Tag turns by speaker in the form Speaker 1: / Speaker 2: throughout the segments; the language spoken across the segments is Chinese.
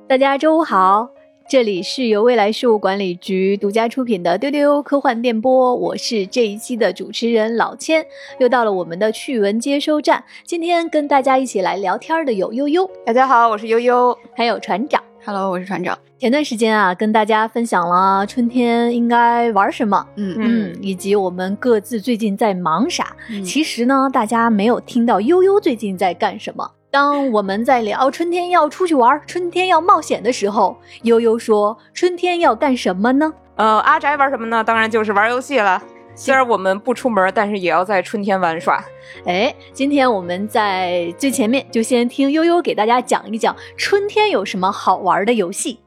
Speaker 1: 大家周五好，这里是由未来事务管理局独家出品的丢丢科幻电波，我是这一期的主持人老千，又到了我们的趣闻接收站。今天跟大家一起来聊天的有悠悠。
Speaker 2: 大家好，我是悠悠。
Speaker 1: 还有船长。
Speaker 3: Hello， 我是船长。
Speaker 1: 前段时间啊，跟大家分享了春天应该玩什么，以及我们各自最近在忙啥。其实呢，大家没有听到悠悠最近在干什么。当我们在聊春天要出去玩，春天要冒险的时候，悠悠说春天要干什么呢？
Speaker 2: 阿宅玩什么呢？当然就是玩游戏了。虽然我们不出门，但是也要在春天玩耍。
Speaker 1: 今天我们在最前面就先听悠悠给大家讲一讲春天有什么好玩的游戏。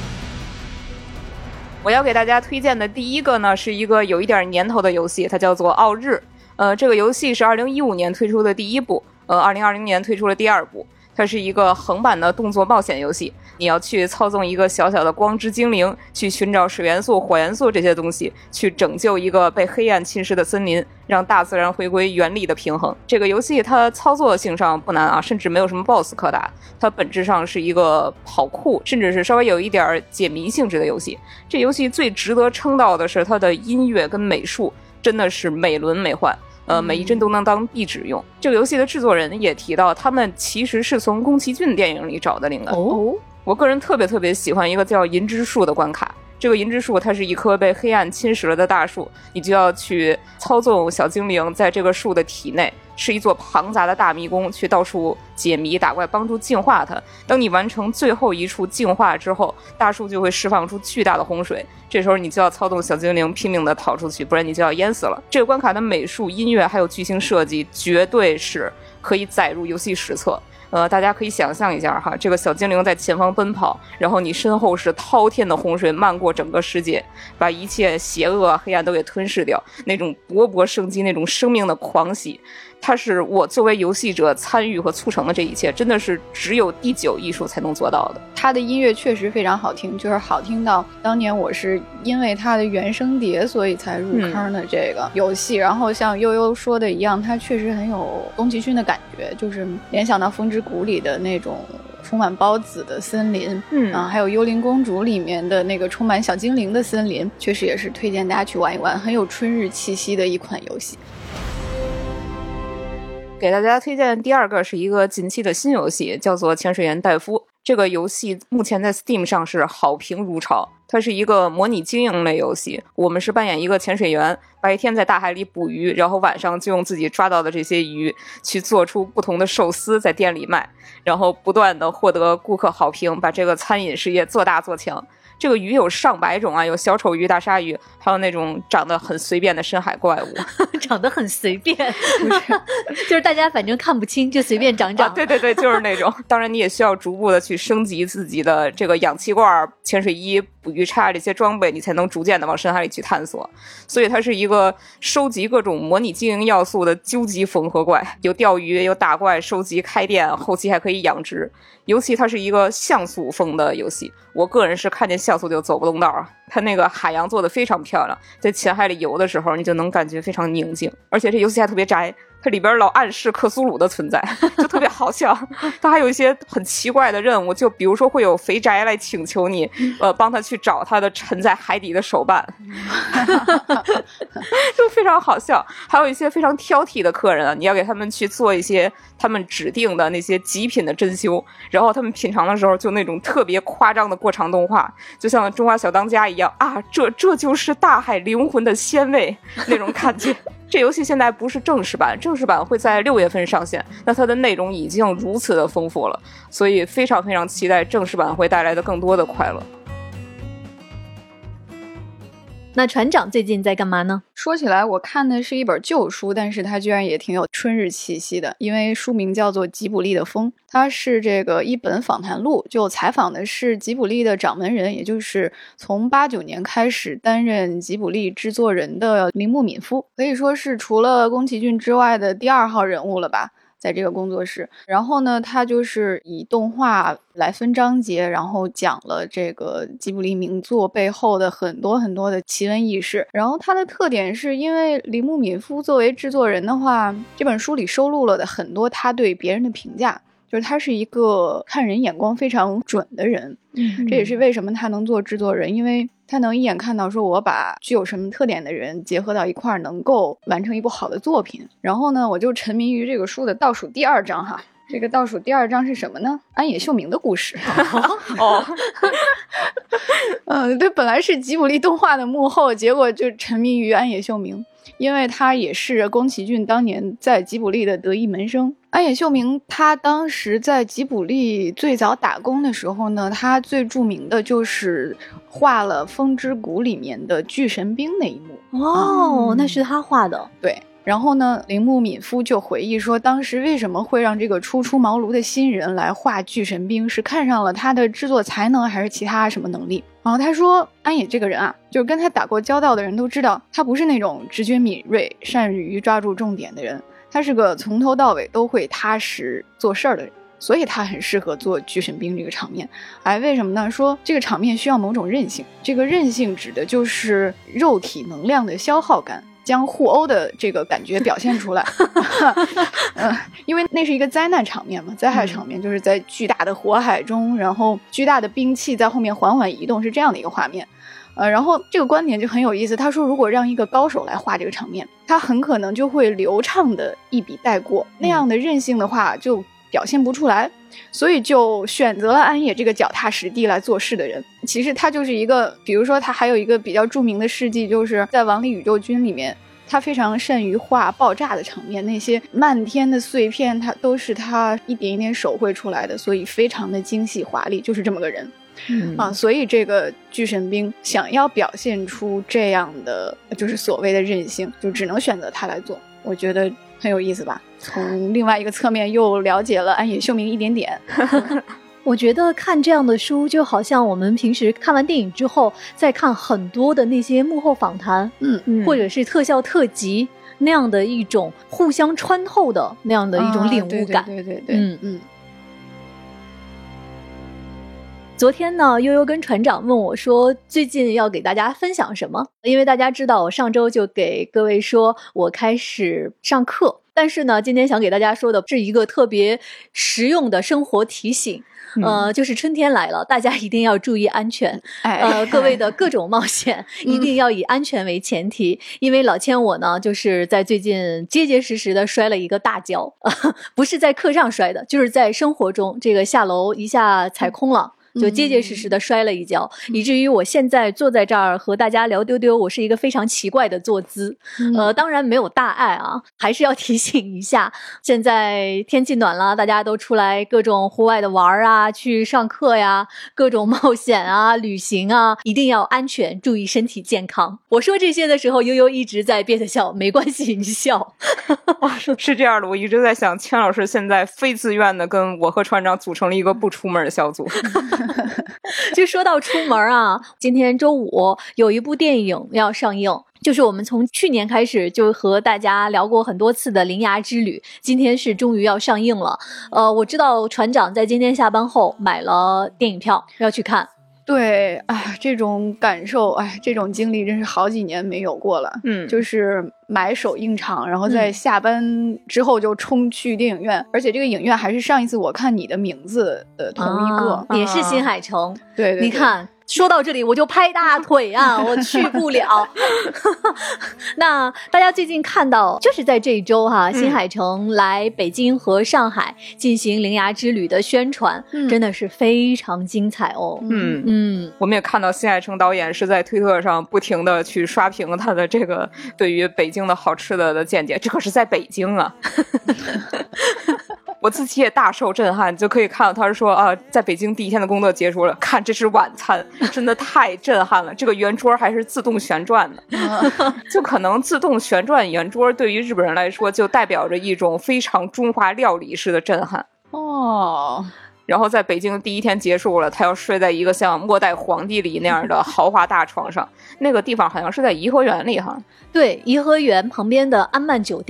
Speaker 2: 我要给大家推荐的第一个呢，是一个有一点年头的游戏，它叫做奥日。这个游戏是2015年推出的第一部，2020年推出了第二部。它是一个横版的动作冒险游戏，你要去操纵一个小小的光之精灵，去寻找水元素、火元素这些东西，去拯救一个被黑暗侵蚀的森林，让大自然回归原力的平衡。这个游戏它操作性上不难啊，甚至没有什么 BOSS 可打，它本质上是一个跑酷，甚至是稍微有一点解谜性质的游戏。这游戏最值得称道的是它的音乐跟美术，真的是美轮美奂。每一帧都能当壁纸用。这个游戏的制作人也提到，他们其实是从宫崎骏电影里找的灵感。我个人特别喜欢一个叫银之树的关卡。这个银之树它是一棵被黑暗侵蚀了的大树，你就要去操纵小精灵在这个树的体内，是一座庞杂的大迷宫，去到处解谜打怪，帮助净化它。当你完成最后一处净化之后，大树就会释放出巨大的洪水，这时候你就要操纵小精灵拼命的逃出去，不然你就要淹死了。这个关卡的美术、音乐还有剧情设计绝对是可以载入游戏史册。大家可以想象一下哈，这个小精灵在前方奔跑，然后你身后是滔天的洪水漫过整个世界，把一切邪恶黑暗都给吞噬掉，那种勃勃生机，那种生命的狂喜，它是我作为游戏者参与和促成的这一切，真的是只有第9艺术才能做到的。
Speaker 3: 它的音乐确实非常好听，就是好听到当年我是因为它的原声碟所以才入坑的这个游戏。然后像悠悠说的一样，它确实很有宫崎骏的感觉，就是联想到风之谷里的那种充满孢子的森林，还有幽灵公主里面的那个充满小精灵的森林，确实也是推荐大家去玩一玩，很有春日气息的一款游戏。
Speaker 2: 给大家推荐第二个是一个近期的新游戏，叫做潜水员戴夫。这个游戏目前在 Steam 上是好评如潮，它是一个模拟经营类游戏。我们是扮演一个潜水员，白天在大海里捕鱼，然后晚上就用自己抓到的这些鱼去做出不同的寿司，在店里卖，然后不断的获得顾客好评，把这个餐饮事业做大做强。这个鱼有上百种啊，有小丑鱼、大鲨鱼，还有那种长得很随便的深海怪物。
Speaker 1: 长得很随便，不是，就是大家反正看不清就随便长。
Speaker 2: 对，就是那种。当然你也需要逐步的去升级自己的这个氧气罐、潜水衣、捕鱼叉这些装备，你才能逐渐的往深海里去探索。所以它是一个收集各种模拟经营要素的究极缝合怪，有钓鱼，有打怪、收集、开店，后期还可以养殖。尤其它是一个像素风的游戏，我个人是看见像素就走不动道啊。它那个海洋做得非常漂亮，在浅海里游的时候你就能感觉非常宁静，而且这游戏还特别宅，它里边老暗示克苏鲁的存在，就特别好笑。它还有一些很奇怪的任务，就比如说会有肥宅来请求你帮他去找他的沉在海底的手办就非常好笑。还有一些非常挑剔的客人啊，你要给他们去做一些他们指定的那些极品的珍馐，然后他们品尝的时候就那种特别夸张的过场动画，就像中华小当家一样啊，这就是大海灵魂的鲜味那种感觉。这游戏现在不是正式版，正式版会在6月份上线，那它的内容已经如此的丰富了，所以非常期待正式版会带来的更多的快乐。
Speaker 1: 那船长最近在干嘛呢？
Speaker 3: 说起来我看的是一本旧书，但是它居然也挺有春日气息的，因为书名叫做吉卜力的风。它是这个一本访谈录，就采访的是吉卜力的掌门人，也就是从89年开始担任吉卜力制作人的铃木敏夫，可以说是除了宫崎骏之外的第2号人物了吧，在这个工作室。然后呢，他就是以动画来分章节，然后讲了这个吉卜力名作背后的很多的奇闻异事。然后它的特点是因为铃木敏夫作为制作人的话，这本书里收录了的很多他对别人的评价， 就是他是一个看人眼光非常准的人。这也是为什么他能做制作人，因为他能一眼看到说我把具有什么特点的人结合到一块儿，能够完成一部好的作品。然后呢，我就沉迷于这个书的倒数第2章哈。这个倒数第2章是什么呢？安野秀明的故事。对，本来是吉卜力动画的幕后，结果就沉迷于安野秀明，因为他也是宫崎骏当年在吉卜力的得意门生。安野秀明他当时在吉卜力最早打工的时候呢，他最著名的就是画了《风之谷》里面的巨神兵那一幕。
Speaker 1: 那是他画的。
Speaker 3: 对。然后呢，铃木敏夫就回忆说，当时为什么会让这个初出茅庐的新人来画巨神兵，是看上了他的制作才能还是其他什么能力。然后他说安野这个人啊，就是跟他打过交道的人都知道，他不是那种直觉敏锐善于抓住重点的人，他是个从头到尾都会踏实做事儿的人，所以他很适合做巨神兵这个场面。为什么呢？说这个场面需要某种韧性，这个韧性指的就是肉体能量的消耗感，将互殴的这个感觉表现出来。因为那是一个灾难场面嘛，灾害场面就是在巨大的火海中，然后巨大的兵器在后面缓缓移动，是这样的一个画面。然后这个观点就很有意思，他说如果让一个高手来画这个场面，他很可能就会流畅的一笔带过，那样的韧性的话就表现不出来，所以就选择了安野这个脚踏实地来做事的人。其实他就是一个，比如说他还有一个比较著名的事迹，就是在《王力宇宙军》里面，他非常善于画爆炸的场面，那些漫天的碎片他都是他一点一点手绘出来的，所以非常的精细华丽，就是这么个人。所以这个巨神兵想要表现出这样的就是所谓的韧性，就只能选择他来做。我觉得很有意思吧，从另外一个侧面又了解了安野秀明一点点。
Speaker 1: 我觉得看这样的书就好像我们平时看完电影之后再看很多的那些幕后访谈，或者是特效特辑，那样的一种互相穿透的那样的一种领悟感。
Speaker 3: 对。
Speaker 1: 昨天呢，悠悠跟船长问我说最近要给大家分享什么，因为大家知道我上周就给各位说我开始上课，但是呢今天想给大家说的是一个特别实用的生活提醒。就是春天来了，大家一定要注意安全。各位的各种冒险一定要以安全为前提。因为老千我呢，就是在最近结结实实的摔了一个大跤，不是在课上摔的，就是在生活中，这个下楼一下踩空了。就结结实实的摔了一跤，以至于我现在坐在这儿和大家聊丢丢，我是一个非常奇怪的坐姿。当然没有大碍啊，还是要提醒一下，现在天气暖了，大家都出来各种户外的玩啊，去上课呀，各种冒险啊，旅行啊，一定要安全，注意身体健康。我说这些的时候，悠悠一直在憋着笑，没关系，你笑。
Speaker 2: 是这样的，我一直在想，千老师现在非自愿的跟我和船长组成了一个不出门的小组。
Speaker 1: 就说到出门啊，今天周五有一部电影要上映，就是我们从去年开始就和大家聊过很多次的《铃芽之旅》，今天是终于要上映了。我知道船长在今天下班后买了电影票要去看。
Speaker 3: 对，这种感受，这种经历真是好几年没有过了。就是买首映场，然后在下班之后就冲去电影院，而且这个影院还是上一次我看你的名字的同一个，
Speaker 1: 也是新海诚。
Speaker 3: 对，
Speaker 1: 你看。说到这里我就拍大腿啊，我去不了。那大家最近看到就是在这一周新海诚来北京和上海进行《铃芽之旅》的宣传，真的是非常精彩哦。
Speaker 2: 我们也看到新海诚导演是在推特上不停的去刷屏他的这个对于北京的好吃的见解，这可是在北京啊。我自己也大受震撼，就可以看到他是说在北京第一天的工作结束了，看这是晚餐，真的太震撼了。这个圆桌还是自动旋转的，就可能自动旋转圆桌对于日本人来说就代表着一种非常中华料理式的震撼然后在北京第一天结束了，他要睡在一个像末代皇帝里那样的豪华大床上，那个地方好像是在颐和园里哈。
Speaker 1: 对，颐和园旁边的安曼酒店。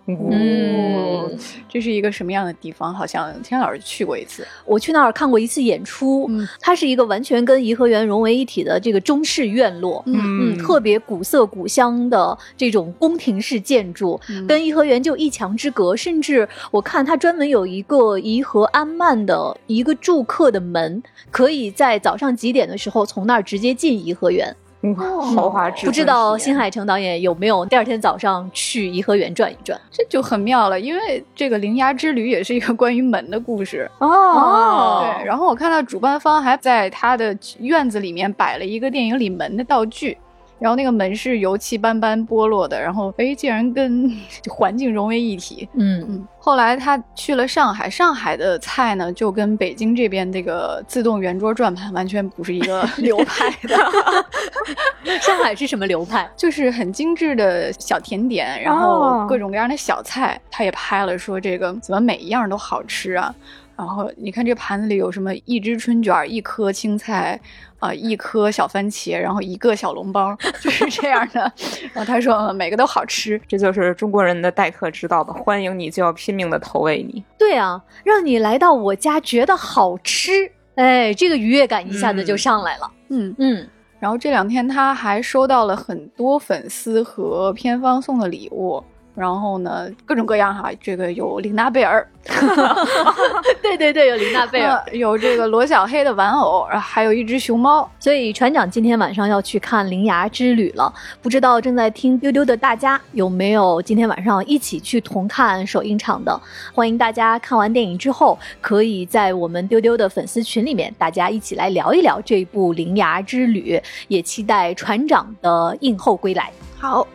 Speaker 3: 这是一个什么样的地方？好像天老师去过一次，
Speaker 1: 我去那儿看过一次演出。它是一个完全跟颐和园融为一体的这个中式院落，特别古色古香的这种宫廷式建筑，跟颐和园就一墙之隔。甚至我看它专门有一个颐和安缦的一个住客的门，可以在早上几点的时候从那儿直接进颐和园。
Speaker 2: 豪华至尊。
Speaker 1: 不知道新海诚导演有没有第二天早上去颐和园转一转？
Speaker 3: 这就很妙了，因为这个《铃芽之旅》也是一个关于门的故事对，然后我看到主办方还在他的院子里面摆了一个电影里门的道具。然后那个门是油漆斑斑剥落的，然后竟然跟环境融为一体。后来他去了上海，上海的菜呢就跟北京这边这个自动圆桌转盘完全不是一个流派的。
Speaker 1: 上海是什么流派？
Speaker 3: 就是很精致的小甜点，然后各种各样的小菜。他也拍了说这个怎么每一样都好吃啊。然后你看这盘子里有什么一只春卷，一颗青菜一颗小番茄，然后一个小笼包，就是这样的。然后他说每个都好吃，
Speaker 2: 这就是中国人的待客之道吧，欢迎你就要拼命的投喂你。
Speaker 1: 对啊，让你来到我家觉得好吃，这个愉悦感一下子就上来了。
Speaker 3: 然后这2天他还收到了很多粉丝和片方送的礼物。然后呢，各种各样哈，这个有琳娜贝尔，
Speaker 1: 对，有琳娜贝尔，
Speaker 3: 有这个罗小黑的玩偶，还有一只熊猫。
Speaker 1: 所以船长今天晚上要去看《铃芽之旅》了，不知道正在听丢丢的大家有没有今天晚上一起去同看首映场的？欢迎大家看完电影之后，可以在我们丢丢的粉丝群里面，大家一起来聊一聊这部《铃芽之旅》，也期待船长的映后归来。
Speaker 3: 好。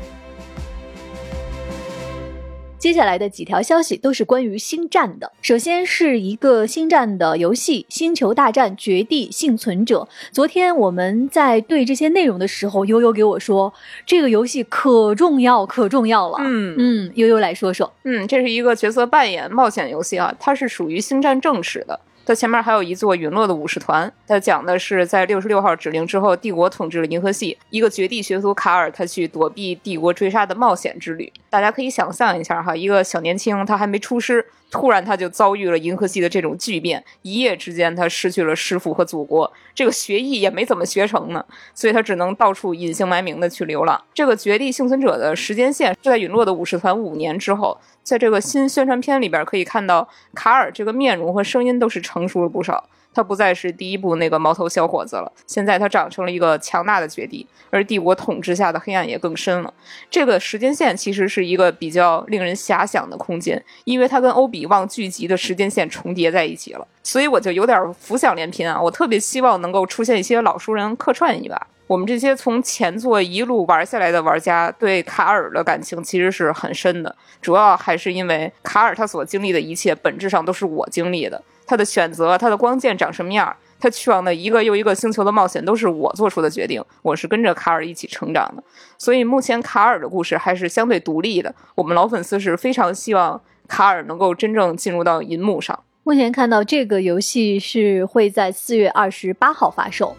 Speaker 1: 接下来的几条消息都是关于星战的。首先是一个星战的游戏《星球大战：绝地幸存者》。昨天我们在对这些内容的时候，悠悠给我说这个游戏可重要了。悠悠来说说。
Speaker 2: 这是一个角色扮演冒险游戏啊，它是属于星战正史的。它前面还有一座陨落的武士团，它讲的是在66号指令之后，帝国统治了银河系，一个绝地学徒卡尔他去躲避帝国追杀的冒险之旅。大家可以想象一下哈，一个小年轻他还没出师，突然他就遭遇了银河系的这种巨变，一夜之间他失去了师傅和祖国，这个学艺也没怎么学成呢，所以他只能到处隐姓埋名的去流浪。这个绝地幸存者的时间线是在陨落的武士团5年之后。在这个新宣传片里边可以看到卡尔这个面容和声音都是成熟了不少，他不再是第一部那个毛头小伙子了，现在他长成了一个强大的绝地，而帝国统治下的黑暗也更深了。这个时间线其实是一个比较令人遐想的空间，因为它跟欧比旺剧集的时间线重叠在一起了，所以我就有点浮想联翩啊！我特别希望能够出现一些老熟人客串一把。我们这些从前作一路玩下来的玩家对卡尔的感情其实是很深的，主要还是因为卡尔他所经历的一切本质上都是我经历的，他的选择，他的光剑长什么样，他去往的一个又一个星球的冒险都是我做出的决定，我是跟着卡尔一起成长的。所以目前卡尔的故事还是相对独立的，我们老粉丝是非常希望卡尔能够真正进入到银幕上。
Speaker 1: 目前看到这个游戏是会在4月28号发售。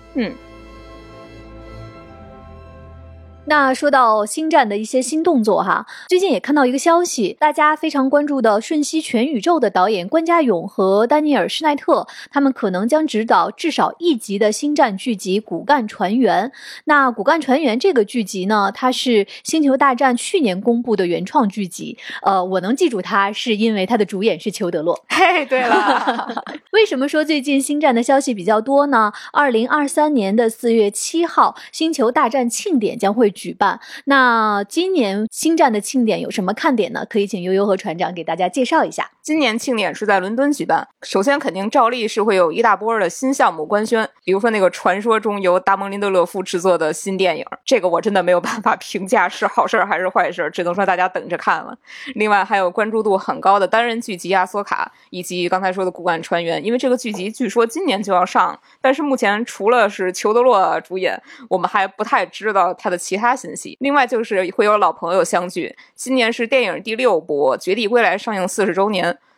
Speaker 1: 那说到星战的一些新动作哈，最近也看到一个消息，大家非常关注的瞬息全宇宙的导演关家勇和丹尼尔施奈特，他们可能将执导至少1集的星战剧集骨干船员。那骨干船员这个剧集呢，它是星球大战去年公布的原创剧集，我能记住它是因为它的主演是裘德洛。
Speaker 2: 嘿，对了。
Speaker 1: 为什么说最近星战的消息比较多呢？2023年的4月7号星球大战庆典将会举办。那今年星战的庆典有什么看点呢？可以请悠悠和船长给大家介绍一下。
Speaker 2: 今年庆典是在伦敦举办，首先肯定照例是会有一大波的新项目官宣，比如说那个传说中由达蒙林德勒夫制作的新电影，这个我真的没有办法评价是好事还是坏事，只能说大家等着看了。另外还有关注度很高的单人剧集阿索卡，以及刚才说的骨干船员，因为这个剧集据说今年就要上，但是目前除了是裘德洛主演，我们还不太知道他的其他信息。另外就是会有老朋友相聚，今年是电影第6部《绝地归来》上映40周年，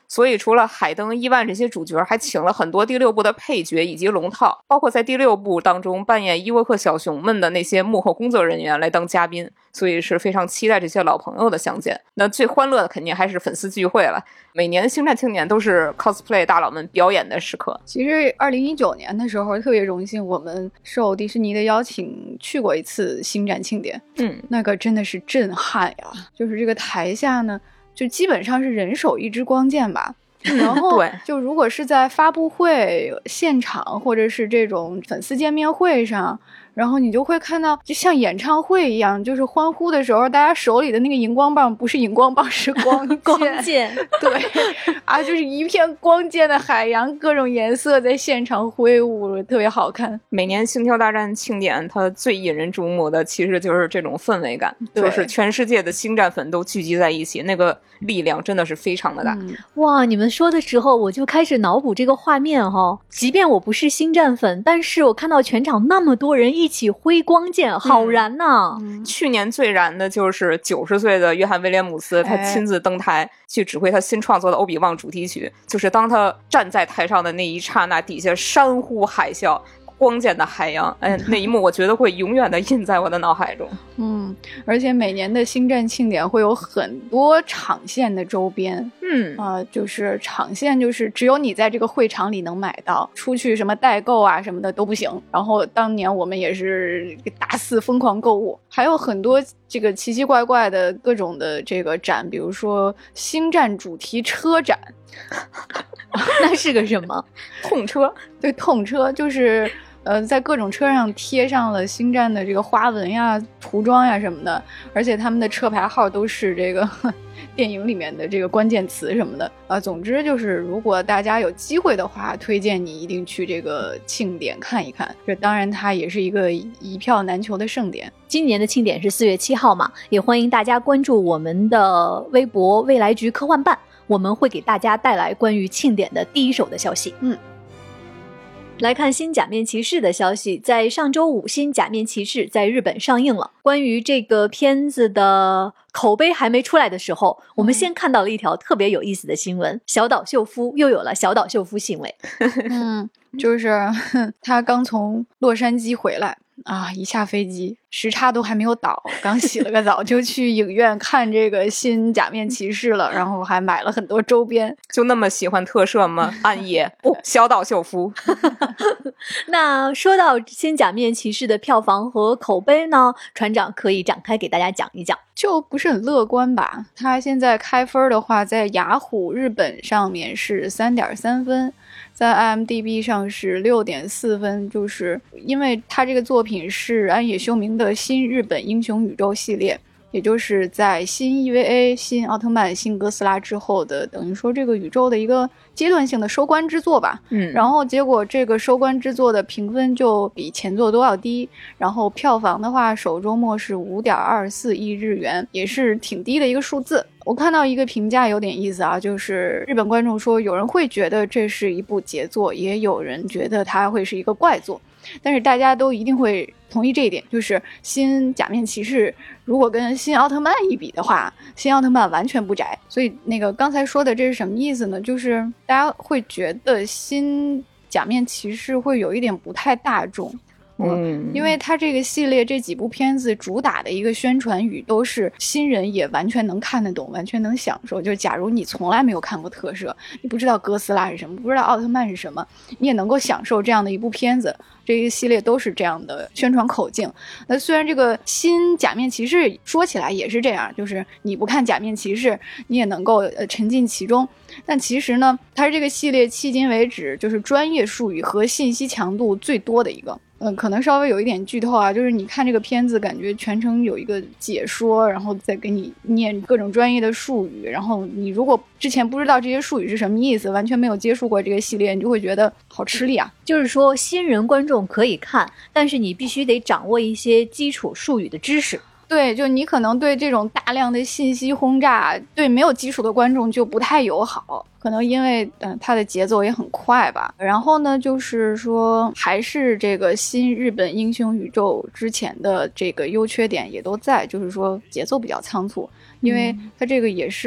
Speaker 2: 所以除了海登、伊万这些主角，还请了很多第6部的配角以及龙套，包括在第6部当中扮演伊沃克小熊们的那些幕后工作人员来当嘉宾，所以是非常期待这些老朋友的相见。那最欢乐的肯定还是粉丝聚会了，每年星战庆典都是 cosplay 大佬们表演的时刻。
Speaker 3: 其实2019年的时候特别荣幸，我们受迪士尼的邀请去过一次星战庆典，那个真的是震撼呀！就是这个台下呢，就基本上是人手一支光剑吧。然后就如果是在发布会现场或者是这种粉丝见面会上，然后你就会看到就像演唱会一样，就是欢呼的时候大家手里的那个荧光棒不是荧光棒是光
Speaker 1: 剑
Speaker 3: 对啊，就是一片光剑的海洋，各种颜色在现场挥舞，特别好看。
Speaker 2: 每年星球大战庆典它最引人注目的其实就是这种氛围感，就是全世界的星战粉都聚集在一起，那个力量真的是非常的大。
Speaker 1: 哇，你们说的时候我就开始脑补这个画面即便我不是星战粉，但是我看到全场那么多人一起挥光剑，好燃呐！
Speaker 2: 去年最燃的就是90岁的约翰威廉姆斯，他亲自登台去指挥他新创作的欧比旺主题曲，就是当他站在台上的那一刹那，底下山呼海啸，光剑的海洋，那一幕我觉得会永远的印在我的脑海中。
Speaker 3: 而且每年的星战庆典会有很多场线的周边，就是场线就是只有你在这个会场里能买到，出去什么代购啊什么的都不行。然后当年我们也是大肆疯狂购物，还有很多这个奇奇怪怪的各种的这个展，比如说星战主题车展。
Speaker 1: 那是个什么？
Speaker 2: 痛车？
Speaker 3: 对，痛车就是在各种车上贴上了星战的这个花纹呀、涂装呀什么的，而且他们的车牌号都是这个电影里面的这个关键词什么的总之就是如果大家有机会的话，推荐你一定去这个庆典看一看。这当然它也是一个一票难求的盛典。
Speaker 1: 今年的庆典是4月7号嘛，也欢迎大家关注我们的微博未来局科幻办，我们会给大家带来关于庆典的第一手的消息。来看新假面骑士的消息，在上周五新假面骑士在日本上映了。关于这个片子的口碑还没出来的时候，我们先看到了一条特别有意思的新闻，小岛秀夫又有了小岛秀夫行为。
Speaker 3: 就是他刚从洛杉矶回来一下飞机时差都还没有倒，刚洗了个澡就去影院看这个新假面骑士了，然后还买了很多周边。
Speaker 2: 就那么喜欢特摄吗？暗夜小岛秀夫。
Speaker 1: 那说到新假面骑士的票房和口碑呢，船长可以展开给大家讲一讲。
Speaker 3: 就不是很乐观吧，他现在开分的话，在雅虎日本上面是 3.3 分，在 IMDB 上是 6.4 分，就是因为他这个作品是安野秀明的新日本英雄宇宙系列，也就是在新 EVA、新奥特曼、新哥斯拉之后的，等于说这个宇宙的一个阶段性的收官之作吧。然后结果这个收官之作的评分就比前作都要低，然后票房的话首周末是 5.24 亿日元，也是挺低的一个数字。我看到一个评价有点意思就是日本观众说有人会觉得这是一部杰作，也有人觉得它会是一个怪作，但是大家都一定会同意这一点，就是新假面骑士如果跟新奥特曼一比的话，新奥特曼完全不窄。所以那个刚才说的这是什么意思呢？就是大家会觉得新假面骑士会有一点不太大众。因为它这个系列这几部片子主打的一个宣传语都是新人也完全能看得懂，完全能享受。就假如你从来没有看过特摄，你不知道哥斯拉是什么，不知道奥特曼是什么，你也能够享受这样的一部片子。这一系列都是这样的宣传口径。那虽然这个新假面骑士说起来也是这样，就是你不看假面骑士你也能够沉浸其中，但其实呢它是这个系列迄今为止就是专业术语和信息强度最多的一个。可能稍微有一点剧透就是你看这个片子感觉全程有一个解说，然后再给你念各种专业的术语，然后你如果之前不知道这些术语是什么意思，完全没有接触过这个系列，你就会觉得好吃力
Speaker 1: 就是说新人观众可以看，但是你必须得掌握一些基础术语的知识。
Speaker 3: 对，就你可能对这种大量的信息轰炸对没有基础的观众就不太友好，可能因为它的节奏也很快吧。然后呢就是说还是这个新日本英雄宇宙之前的这个优缺点也都在，就是说节奏比较仓促，因为它这个也是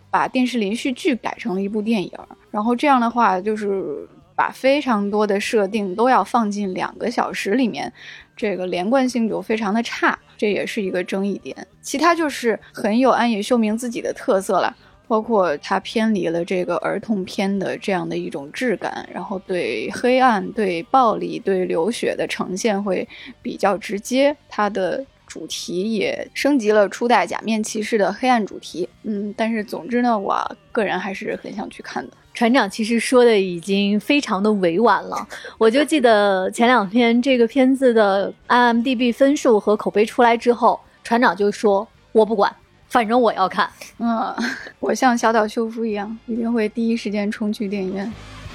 Speaker 3: 把电视连续剧改成了一部电影，然后这样的话就是把非常多的设定都要放进2个小时里面，这个连贯性就非常的差，这也是一个争议点。其他就是很有安野秀明自己的特色了，包括他偏离了这个儿童片的这样的一种质感，然后对黑暗、对暴力、对流血的呈现会比较直接，他的主题也升级了初代假面骑士的黑暗主题。但是总之呢，我个人还是很想去看的。
Speaker 1: 船长其实说的已经非常的委婉了，我就记得前2天这个片子的 IMDB 分数和口碑出来之后，船长就说我不管，反正我要看。
Speaker 3: 我像小岛秀夫一样，一定会第一时间冲去电影院。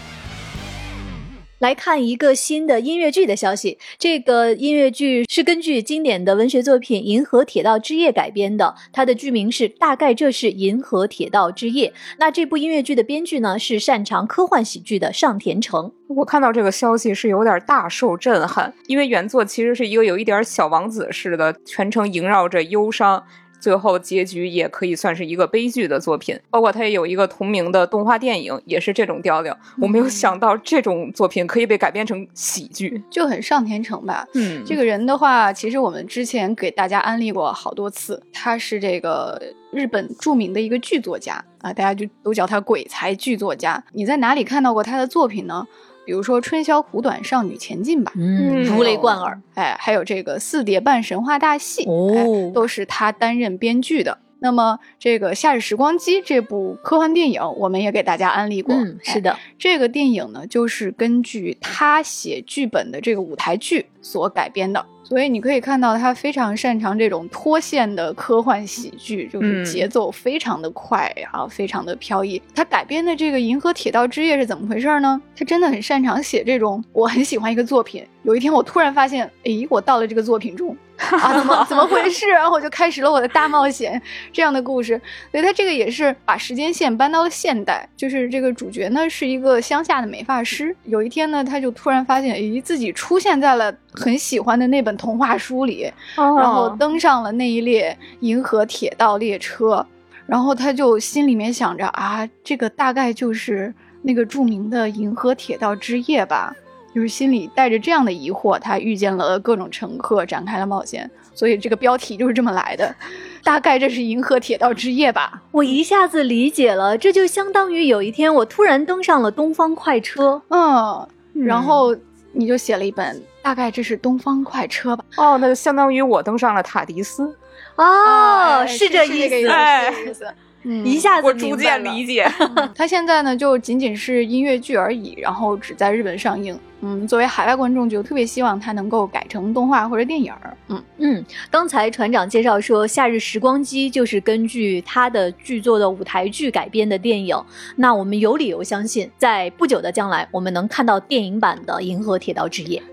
Speaker 1: 来看一个新的音乐剧的消息，这个音乐剧是根据经典的文学作品《银河铁道之夜》改编的，它的剧名是大概这是银河铁道之夜。那这部音乐剧的编剧呢是擅长科幻喜剧的上田诚。
Speaker 2: 我看到这个消息是有点大受震撼，因为原作其实是一个有一点小王子似的，全程萦绕着忧伤，最后结局也可以算是一个悲剧的作品，包括它也有一个同名的动画电影，也是这种调调。我没有想到这种作品可以被改编成喜剧，
Speaker 3: 就很上田诚吧。这个人的话，其实我们之前给大家安利过好多次，他是这个日本著名的一个剧作家啊，大家就都叫他鬼才剧作家。你在哪里看到过他的作品呢？比如说春宵苦短少女前进吧，
Speaker 1: 如雷贯耳。
Speaker 3: 还有这个四叠半神话大戏，都是他担任编剧的。那么这个夏日时光机这部科幻电影我们也给大家安利过，
Speaker 1: 是的，
Speaker 3: 这个电影呢就是根据他写剧本的这个舞台剧所改编的，所以你可以看到他非常擅长这种脱线的科幻喜剧，就是节奏非常的快，然后非常的飘逸。他改编的这个《银河铁道之夜》是怎么回事呢？他真的很擅长写这种我很喜欢一个作品，有一天我突然发现，我到了这个作品中怎么回事？然后我就开始了我的大冒险这样的故事。所以他这个也是把时间线搬到了现代，就是这个主角呢是一个乡下的美发师，有一天呢他就突然发现自己出现在了很喜欢的那本童话书里，然后登上了那一列银河铁道列车，然后他就心里面想着这个大概就是那个著名的银河铁道之夜吧，就是心里带着这样的疑惑，他遇见了各种乘客，展开了冒险，所以这个标题就是这么来的。大概这是银河铁道之夜吧。
Speaker 1: 我一下子理解了，这就相当于有一天我突然登上了东方快车，
Speaker 3: 然后你就写了一本大概这是东方快车吧。
Speaker 2: 那就相当于我登上了塔迪斯。
Speaker 1: 是这意思。一下子
Speaker 2: 我逐渐理解。
Speaker 3: 他现在呢就仅仅是音乐剧而已，然后只在日本上映。作为海外观众就特别希望它能够改成动画或者电影。
Speaker 1: 刚才船长介绍说夏日时光机就是根据他的剧作的舞台剧改编的电影，那我们有理由相信在不久的将来我们能看到电影版的银河铁道之夜。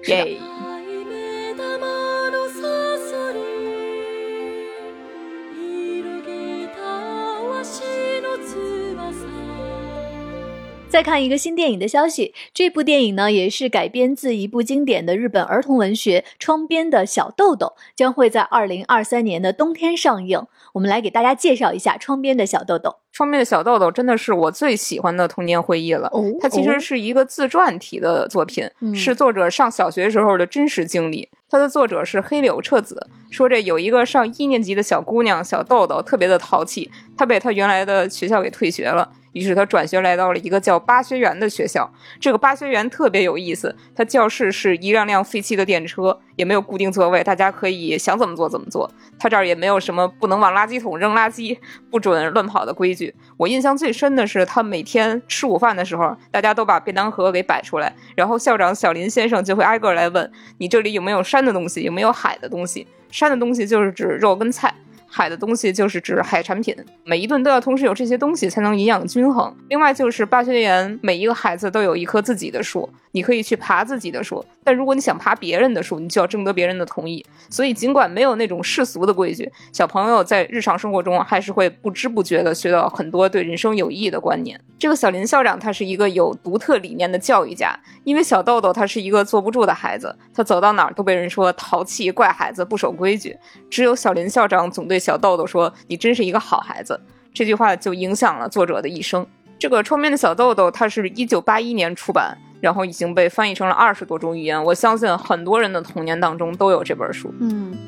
Speaker 1: 再看一个新电影的消息，这部电影呢也是改编自一部经典的日本儿童文学窗边的小豆豆，将会在2023年的冬天上映。我们来给大家介绍一下窗边的小豆豆。
Speaker 2: 窗边的小豆豆真的是我最喜欢的童年回忆了。它其实是一个自传体的作品，是作者上小学时候的真实经历。它的作者是黑柳彻子，说这有一个上1年级的小姑娘小豆豆特别的淘气，她被她原来的学校给退学了，于是他转学来到了一个叫八学园的学校。这个八学园特别有意思，它教室是一辆辆废弃的电车，也没有固定座位，大家可以想怎么做怎么做。它这儿也没有什么不能往垃圾桶扔垃圾，不准乱跑的规矩。我印象最深的是他每天吃午饭的时候，大家都把便当盒给摆出来，然后校长小林先生就会挨个来问，你这里有没有山的东西，有没有海的东西。山的东西就是指肉跟菜，海的东西就是指海产品，每一顿都要同时有这些东西才能营养均衡。另外就是八学园每一个孩子都有一棵自己的树，你可以去爬自己的树，但如果你想爬别人的树，你就要征得别人的同意。所以尽管没有那种世俗的规矩，小朋友在日常生活中还是会不知不觉地学到很多对人生有意义的观念。这个小林校长他是一个有独特理念的教育家，因为小豆豆他是一个坐不住的孩子，他走到哪儿都被人说淘气怪孩子不守规矩，只有小林校长总对小豆豆说，你真是一个好孩子。 这句话就影响了作者的一生。这个抽面的小豆豆它是1981年出版，然后已经被翻译成了20多种语言，我相信很多人的童年当中都有这本书。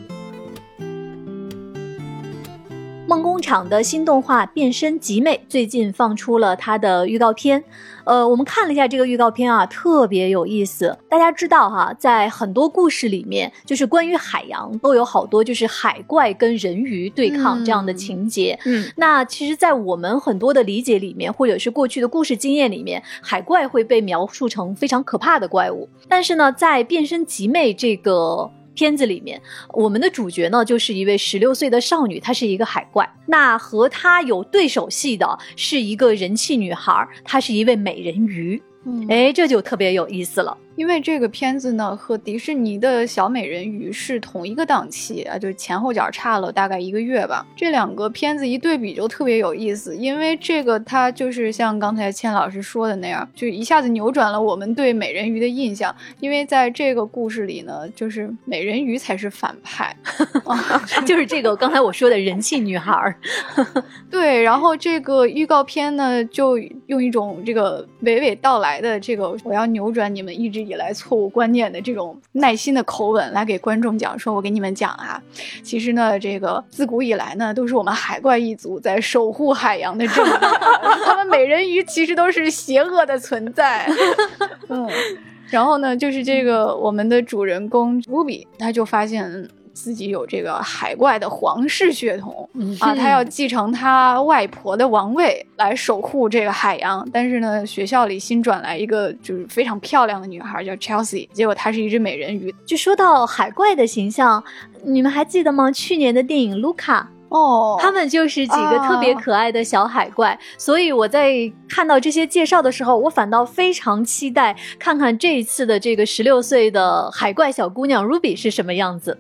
Speaker 1: 梦工厂的新动画《变身集美》最近放出了它的预告片。我们看了一下这个预告片啊，特别有意思。大家知道哈，在很多故事里面，就是关于海洋都有好多就是海怪跟人鱼对抗这样的情节。那其实在我们很多的理解里面，或者是过去的故事经验里面，海怪会被描述成非常可怕的怪物。但是呢，在《变身集美》这个片子里面，我们的主角呢就是一位16岁的少女，她是一个海怪。那和她有对手戏的是一个人气女孩，她是一位美人鱼。这就特别有意思了。
Speaker 3: 因为这个片子呢和迪士尼的小美人鱼是同一个档期啊，就前后脚差了大概1个月吧。这两个片子一对比就特别有意思，因为这个它就是像刚才千老师说的那样，就一下子扭转了我们对美人鱼的印象。因为在这个故事里呢，就是美人鱼才是反派
Speaker 1: 就是这个刚才我说的人气女孩
Speaker 3: 对，然后这个预告片呢就用一种这个娓娓道来的这个我要扭转你们一直以来错误观念的这种耐心的口吻来给观众讲，说我给你们讲啊，其实呢这个自古以来呢都是我们海怪一族在守护海洋的正义他们美人鱼其实都是邪恶的存在然后呢就是这个我们的主人公 Ruby 他就发现自己有这个海怪的皇室血统他要继承他外婆的王位来守护这个海洋。但是呢学校里新转来一个就是非常漂亮的女孩叫 Chelsea， 结果她是一只美人鱼。
Speaker 1: 就说到海怪的形象，你们还记得吗？去年的电影卢卡他们就是几个特别可爱的小海怪所以我在看到这些介绍的时候，我反倒非常期待看看这一次的这个16岁的海怪小姑娘 Ruby 是什么样子。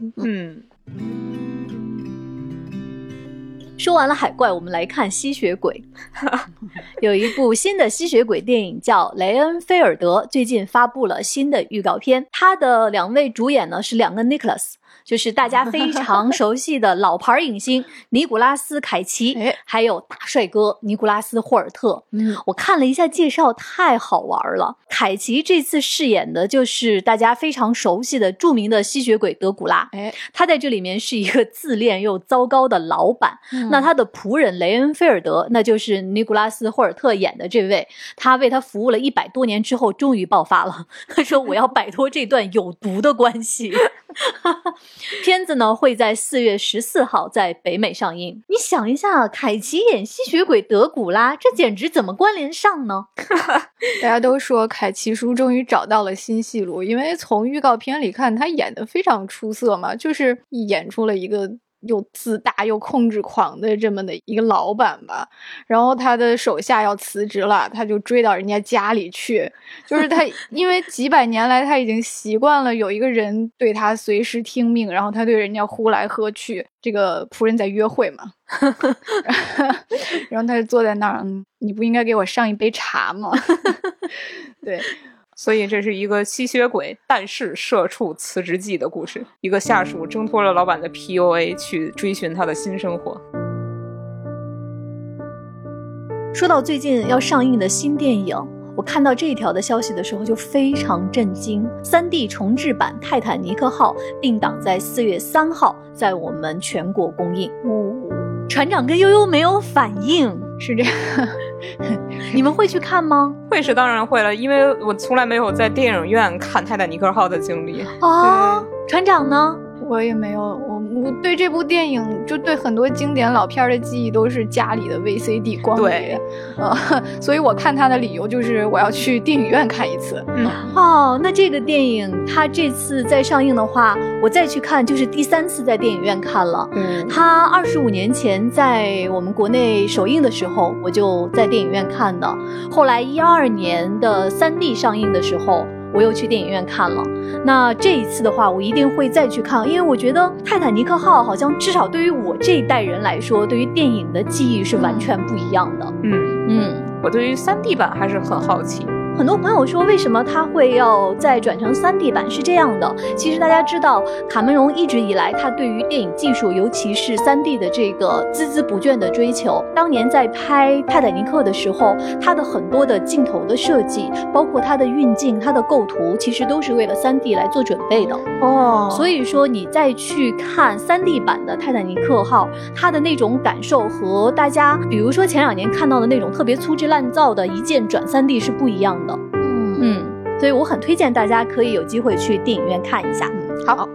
Speaker 1: 说完了海怪，我们来看吸血鬼有一部新的吸血鬼电影叫雷恩菲尔德，最近发布了新的预告片。他的2位主演呢是2个 Nicholas，就是大家非常熟悉的老牌影星尼古拉斯凯奇还有大帅哥尼古拉斯霍尔特。我看了一下介绍，太好玩了。凯奇这次饰演的就是大家非常熟悉的著名的吸血鬼德古拉，他在这里面是一个自恋又糟糕的老板。那他的仆人雷恩菲尔德，那就是尼古拉斯霍尔特演的这位，他为他服务了100多年之后终于爆发了，他说我要摆脱这段有毒的关系片子呢会在4月14号在北美上映。你想一下，凯奇演吸血鬼德古拉，这简直怎么关联上呢
Speaker 3: 大家都说凯奇叔终于找到了新戏路，因为从预告片里看他演得非常出色嘛，就是演出了一个又自大又控制狂的这么的一个老板吧。然后他的手下要辞职了，他就追到人家家里去，就是他因为几百年来他已经习惯了有一个人对他随时听命，然后他对人家呼来喝去，这个仆人在约会嘛然后他就坐在那儿，你不应该给我上一杯茶吗对，
Speaker 2: 所以这是一个吸血鬼但是社畜辞职记的故事，一个下属挣脱了老板的 PUA 去追寻他的新生活。
Speaker 1: 说到最近要上映的新电影，我看到这一条的消息的时候就非常震惊。3D 重制版泰坦尼克号定档在4月3号在我们全国公映。船长跟悠悠没有反应，
Speaker 3: 是这样
Speaker 1: 你们会去看吗？
Speaker 2: 会是当然会了，因为我从来没有在电影院看泰坦尼克号的经历
Speaker 1: 船长呢？
Speaker 3: 我也没有，我对这部电影就对很多经典老片的记忆都是家里的 VCD 光碟所以我看它的理由就是我要去电影院看一次。
Speaker 1: 那这个电影它这次再上映的话，我再去看就是第3次在电影院看了。它25年前在我们国内首映的时候我就在电影院看的，后来12年的3D 上映的时候我又去电影院看了。那这一次的话我一定会再去看，因为我觉得泰坦尼克号好像至少对于我这一代人来说，对于电影的记忆是完全不一样的。
Speaker 2: 我对于3D 版还是很好奇，
Speaker 1: 很多朋友说为什么他会要再转成 3D 版，是这样的，其实大家知道卡梅隆一直以来他对于电影技术尤其是 3D 的这个孜孜不倦的追求，当年在拍泰坦尼克的时候，他的很多的镜头的设计，包括他的运镜，他的构图，其实都是为了 3D 来做准备的所以说你再去看 3D 版的泰坦尼克号，它的那种感受和大家比如说前2年看到的那种特别粗制滥造的一键转 3D 是不一样的。所以我很推荐大家可以有机会去电影院看一下。
Speaker 2: 好，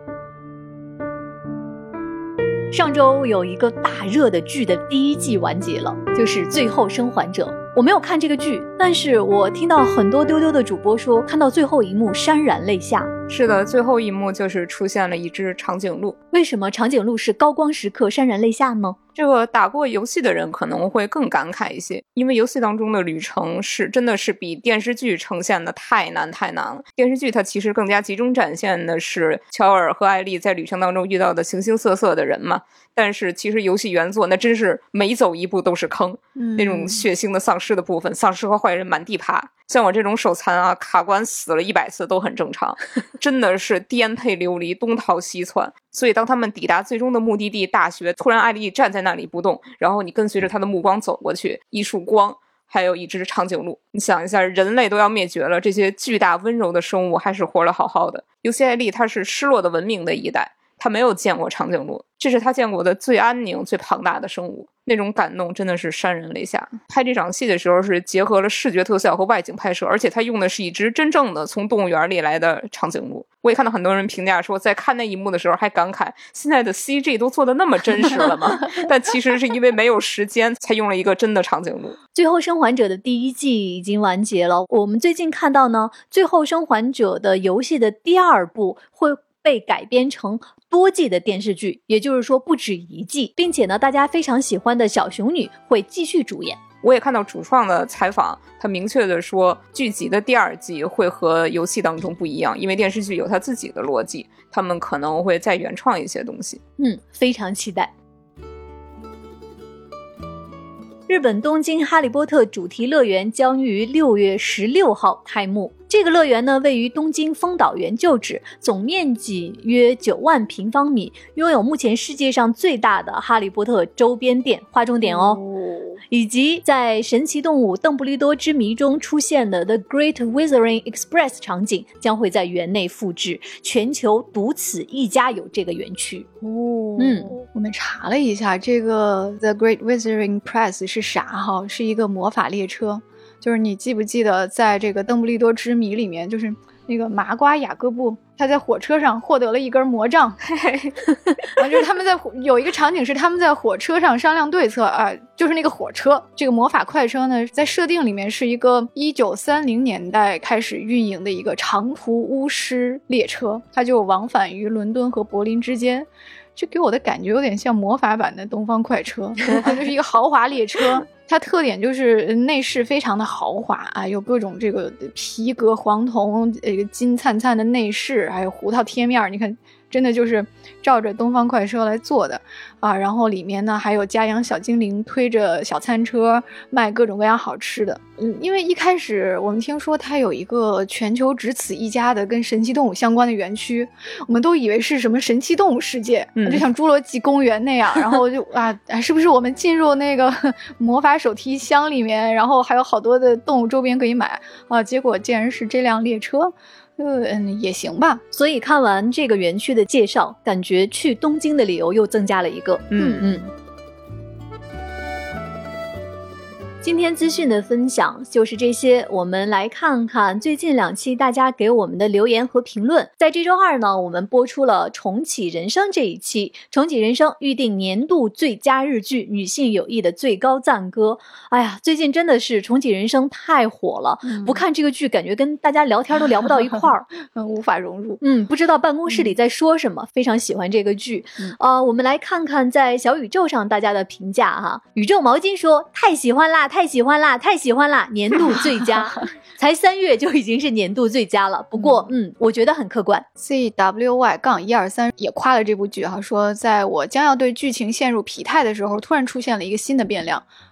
Speaker 1: 上周有一个大热的剧的第1季完结了，就是《最后生还者》。我没有看这个剧，但是我听到很多丢丢的主播说看到最后一幕潸然泪下。
Speaker 2: 是的，最后一幕就是出现了一只长颈鹿。
Speaker 1: 为什么长颈鹿是高光时刻潸然泪下呢？
Speaker 2: 这个打过游戏的人可能会更感慨一些，因为游戏当中的旅程真的是比电视剧呈现的太难了。电视剧它其实更加集中展现的是乔尔和艾丽在旅程当中遇到的形形色色的人嘛，但是其实游戏原作那真是每走一步都是坑，那种血腥的丧尸的部分，丧尸和坏人满地爬，像我这种手残啊，卡关死了100次都很正常，真的是颠沛流离，东逃西窜。所以当他们抵达最终的目的地大学，突然艾丽站在那里不动，然后你跟随着他的目光走过去，一束光，还有一只长颈鹿。你想一下，人类都要灭绝了，这些巨大温柔的生物还是活得好好的。尤其艾丽她是失落的文明的一代，她没有见过长颈鹿，这是她见过的最安宁最庞大的生物，那种感动真的是潸然泪下。拍这场戏的时候是结合了视觉特效和外景拍摄，而且他用的是一只真正的从动物园里来的长颈鹿。我也看到很多人评价说，在看那一幕的时候还感慨现在的 CG 都做得那么真实了吗？但其实是因为没有时间才用了一个真的长颈鹿。
Speaker 1: 最后生还者的第1季已经完结了，我们最近看到呢，最后生还者的游戏的第2部会被改编成多季的电视剧，也就是说不止1季，并且呢大家非常喜欢的小熊女会继续主演。
Speaker 2: 我也看到主创的采访，他明确的说剧集的第2季会和游戏当中不一样，因为电视剧有他自己的逻辑，他们可能会再原创一些东西。
Speaker 1: 非常期待。日本东京哈利波特主题乐园将于6月16号开幕。这个乐园呢，位于东京丰岛园旧址，总面积约9万平方米，拥有目前世界上最大的哈利波特周边店，划重点哦，以及在神奇动物邓布利多之谜中出现的 The Great Wizarding Express 场景将会在园内复制，全球独此一家有这个园区。
Speaker 3: 我们查了一下，这个 The Great Wizarding Express 是啥哈？是一个魔法列车。就是你记不记得在这个邓布利多之谜里面，就是那个麻瓜雅各布他在火车上获得了一根魔杖就是他们在有一个场景是他们在火车上商量对策啊，就是那个火车这个魔法快车呢，在设定里面是一个1930年代开始运营的一个长途巫师列车，它就往返于伦敦和柏林之间，这给我的感觉有点像魔法版的东方快车它就是一个豪华列车它特点就是内饰非常的豪华啊，有各种这个皮革、黄铜、金灿灿的内饰，还有胡桃贴面，你看真的就是照着东方快车来做的啊。然后里面呢还有家养小精灵推着小餐车卖各种各样好吃的。因为一开始我们听说它有一个全球只此一家的跟神奇动物相关的园区，我们都以为是什么神奇动物世界，就像侏罗纪公园那样，然后就是不是我们进入那个魔法手提箱里面，然后还有好多的动物周边可以买啊？结果竟然是这辆列车。也行吧。
Speaker 1: 所以看完这个园区的介绍，感觉去东京的理由又增加了一个。今天资讯的分享就是这些，我们来看看最近2期大家给我们的留言和评论。在这周2呢，我们播出了重启人生这一期，重启人生预定年度最佳日剧，女性友谊的最高赞歌。哎呀，最近真的是重启人生太火了，不看这个剧感觉跟大家聊天都聊不到一块儿
Speaker 3: 无法融入。
Speaker 1: 不知道办公室里在说什么，非常喜欢这个剧。我们来看看在小宇宙上大家的评价哈。宇宙毛巾说太喜欢啦，太喜欢啦，太喜欢啦，年度最佳才3月就已经是年度最佳了。不过我觉得很客观。
Speaker 3: CWY-123 也夸了这部剧哈，说在我将要对剧情陷入疲态的时候，突然出现了一个新的变量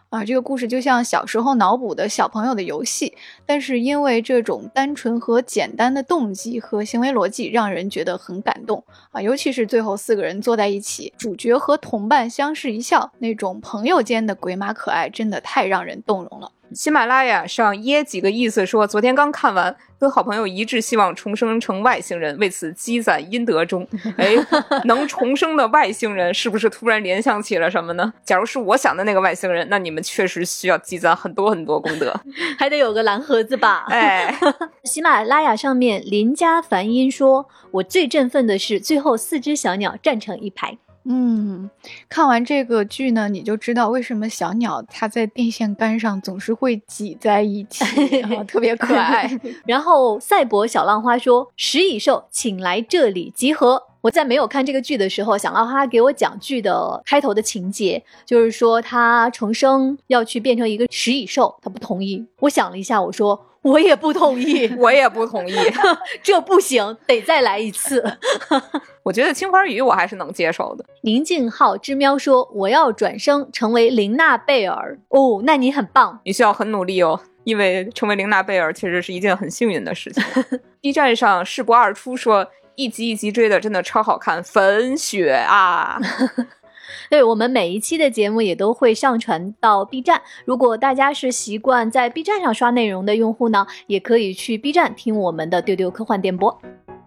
Speaker 3: 这个故事就像小时候脑补的小朋友的游戏，但是因为这种单纯和简单的动机和行为逻辑让人觉得很感动尤其是最后4个人坐在一起，主角和同伴相视一笑，那种朋友间的鬼马可爱真的太让人动容了。
Speaker 2: 喜马拉雅上耶几个意思说，昨天刚看完，跟好朋友一致希望重生成外星人，为此积攒阴德中。能重生的外星人是不是突然联想起了什么呢？假如是我想的那个外星人，那你们确实需要积攒很多很多功德，
Speaker 1: 还得有个蓝盒子吧。喜马拉雅上面林家梵音说，我最振奋的是最后4只小鸟站成一排。
Speaker 3: 看完这个剧呢，你就知道为什么小鸟它在电线杆上总是会挤在一起特别可爱。
Speaker 1: 然后赛博小浪花说，食蚁兽请来这里集合。我在没有看这个剧的时候，小浪花给我讲剧的开头的情节，就是说他重生要去变成一个食蚁兽，他不同意。我想了一下，我说我也不同意。
Speaker 2: 我也不同意。
Speaker 1: 这不行，得再来一次。
Speaker 2: 我觉得青花鱼我还是能接受的。
Speaker 1: 宁静浩之喵说，我要转生成为琳娜贝尔。那你很棒，
Speaker 2: 你需要很努力因为成为琳娜贝尔确实是一件很幸运的事情。B 站上事不二出说，一集一集追的真的超好看，粉血啊。
Speaker 1: 对，我们每一期的节目也都会上传到 B 站，如果大家是习惯在 B 站上刷内容的用户呢，也可以去 B 站听我们的丢丢科幻电波。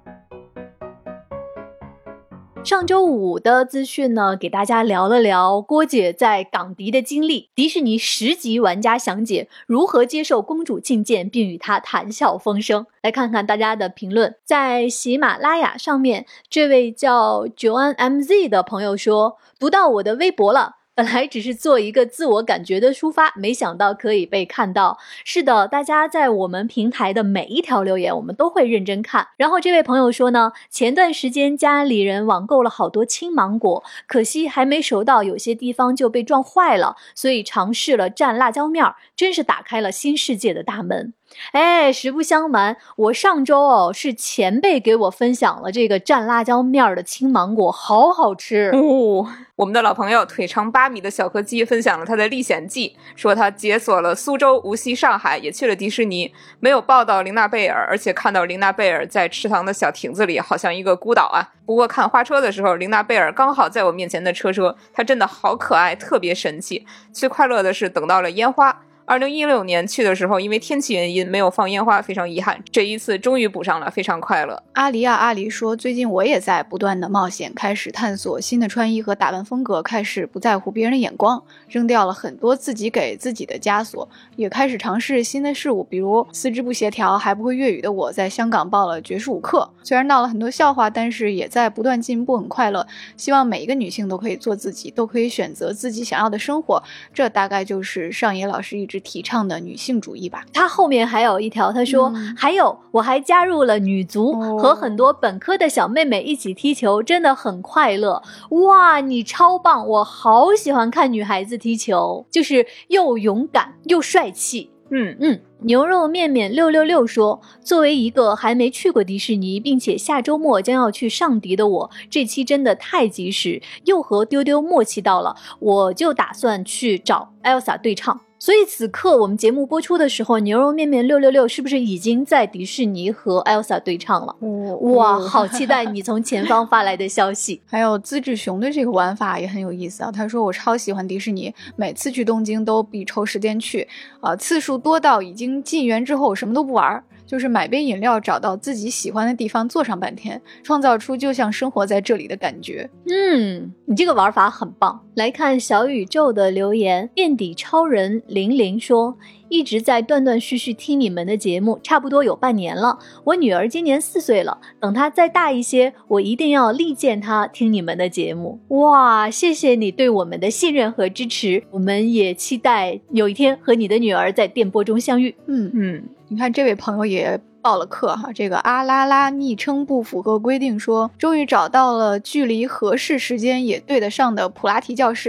Speaker 1: 上周5的资讯呢，给大家聊了聊郭姐在港迪的经历，迪士尼10级玩家详解如何接受公主觐见并与她谈笑风生。来看看大家的评论。在喜马拉雅上面，这位叫 JoanMZ 的朋友说，读到我的微博了，本来只是做一个自我感觉的抒发，没想到可以被看到。是的，大家在我们平台的每一条留言我们都会认真看。然后这位朋友说呢，前段时间家里人网购了好多青芒果，可惜还没熟到，有些地方就被撞坏了，所以尝试了蘸辣椒面，真是打开了新世界的大门。实不相瞒，我上周是前辈给我分享了这个蘸辣椒面的青芒果，好好吃
Speaker 2: 我们的老朋友腿长8米的小柯基分享了他的历险记，说他解锁了苏州、无锡、上海，也去了迪士尼，没有抱到琳娜贝尔，而且看到琳娜贝尔在池塘的小亭子里，好像一个孤岛啊。不过看花车的时候，琳娜贝尔刚好在我面前的车，她真的好可爱，特别神奇。最快乐的是等到了烟花。2016年去的时候，因为天气原因没有放烟花，非常遗憾。这一次终于补上了，非常快乐。
Speaker 3: 阿里说，最近我也在不断的冒险，开始探索新的穿衣和打扮风格，开始不在乎别人的眼光，扔掉了很多自己给自己的枷锁，也开始尝试新的事物，比如四肢不协调还不会粤语的我在香港报了爵士舞课，虽然闹了很多笑话，但是也在不断进步，很快乐。希望每一个女性都可以做自己，都可以选择自己想要的生活，这大概就是上野老师一直提倡的女性主义吧。
Speaker 1: 他后面还有一条，他说还有我还加入了女足，和很多本科的小妹妹一起踢球，真的很快乐。哇，你超棒，我好喜欢看女孩子踢球，就是又勇敢又帅气。牛肉面面666说，作为一个还没去过迪士尼，并且下周末将要去上迪的我，这期真的太及时，又和丢丢默契到了，我就打算去找 Elsa 对唱。所以此刻我们节目播出的时候，牛肉面面666是不是已经在迪士尼和 Elsa 对唱了？哇，好期待你从前方发来的消息。
Speaker 3: 还有资治熊的这个玩法也很有意思啊，他说我超喜欢迪士尼，每次去东京都必抽时间去，次数多到已经进园之后什么都不玩，就是买杯饮料，找到自己喜欢的地方坐上半天，创造出就像生活在这里的感觉。
Speaker 1: 你这个玩法很棒。来看小宇宙的留言，垫底超人00说，一直在断断续续听你们的节目，差不多有半年了。我女儿今年4岁了，等她再大一些，我一定要力荐她听你们的节目。哇，谢谢你对我们的信任和支持，我们也期待有一天和你的女儿在电波中相遇。
Speaker 3: 你看这位朋友也报了课哈，这个阿拉拉昵称不符合规定说，终于找到了距离合适时间也对得上的普拉提教室。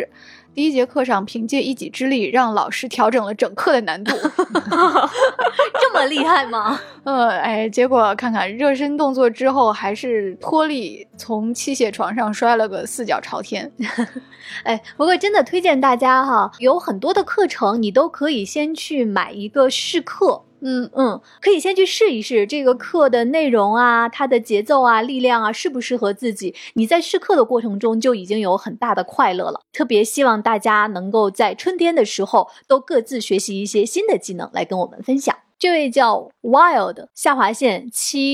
Speaker 3: 第一节课上凭借一己之力让老师调整了整课的难度。
Speaker 1: 这么厉害吗？
Speaker 3: 结果看看热身动作之后还是脱力从器械床上摔了个四脚朝天。
Speaker 1: 不过真的推荐大家哈，有很多的课程你都可以先去买一个试课。可以先去试一试这个课的内容啊，它的节奏啊，力量啊，适不适合自己。你在试课的过程中就已经有很大的快乐了。特别希望大家能够在春天的时候都各自学习一些新的技能来跟我们分享。这位叫 Wild 下划线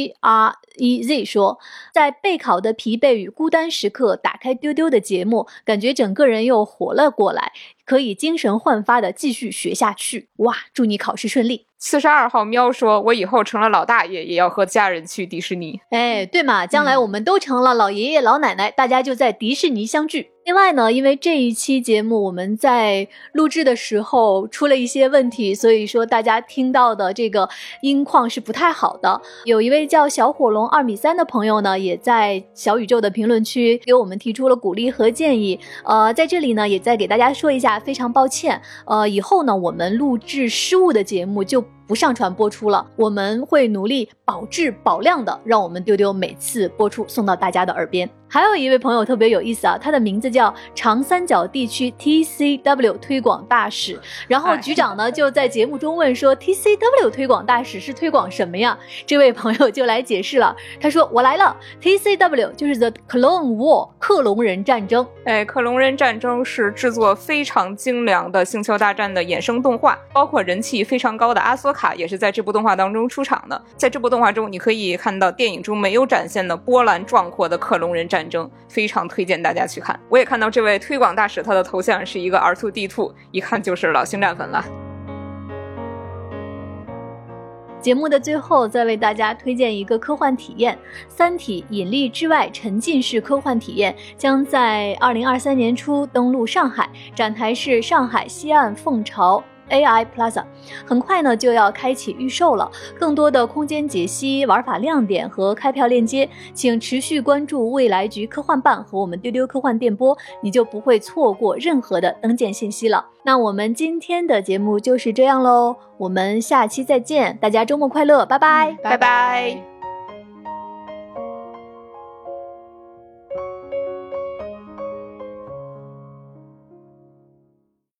Speaker 1: 7REZ 说，在备考的疲惫与孤单时刻打开丢丢的节目，感觉整个人又活了过来，可以精神焕发的继续学下去。哇，祝你考试顺利。
Speaker 2: 42号喵说，我以后成了老大爷也要和家人去迪士尼。
Speaker 1: 对嘛，将来我们都成了老爷爷老奶奶，大家就在迪士尼相聚。另外呢，因为这一期节目我们在录制的时候出了一些问题，所以说大家听到的这个音况是不太好的。有一位叫小火龙2.3米的朋友呢，也在小宇宙的评论区给我们提出了鼓励和建议。在这里呢，也再给大家说一下，非常抱歉。以后呢，我们录制失误的节目就不上传播出了，我们会努力保质保量的，让我们丢丢每次播出送到大家的耳边。还有一位朋友特别有意思啊，他的名字叫长三角地区 TCW 推广大使，然后局长呢就在节目中问说 TCW 推广大使是推广什么呀？这位朋友就来解释了，他说我来了， TCW 就是 The Clone War 克隆人战争。
Speaker 2: 克隆人战争是制作非常精良的星球大战的衍生动画，包括人气非常高的阿索卡也是在这部动画当中出场的。在这部动画中，你可以看到电影中没有展现的波澜壮阔的克隆人战争，非常推荐大家去看。我也看到这位推广大使，他的头像是一个 R2D2， 一看就是老星战粉了。
Speaker 1: 节目的最后再为大家推荐一个科幻体验，三体引力之外沉浸式科幻体验将在2023年初登陆上海，展台是上海西岸凤巢AI Plaza， 很快呢就要开启预售了。更多的空间解析、玩法亮点和开票链接，请持续关注未来局科幻办和我们丢丢科幻电波，你就不会错过任何的登舰信息了。那我们今天的节目就是这样咯，我们下期再见，大家周末快乐，拜拜，
Speaker 2: 拜拜。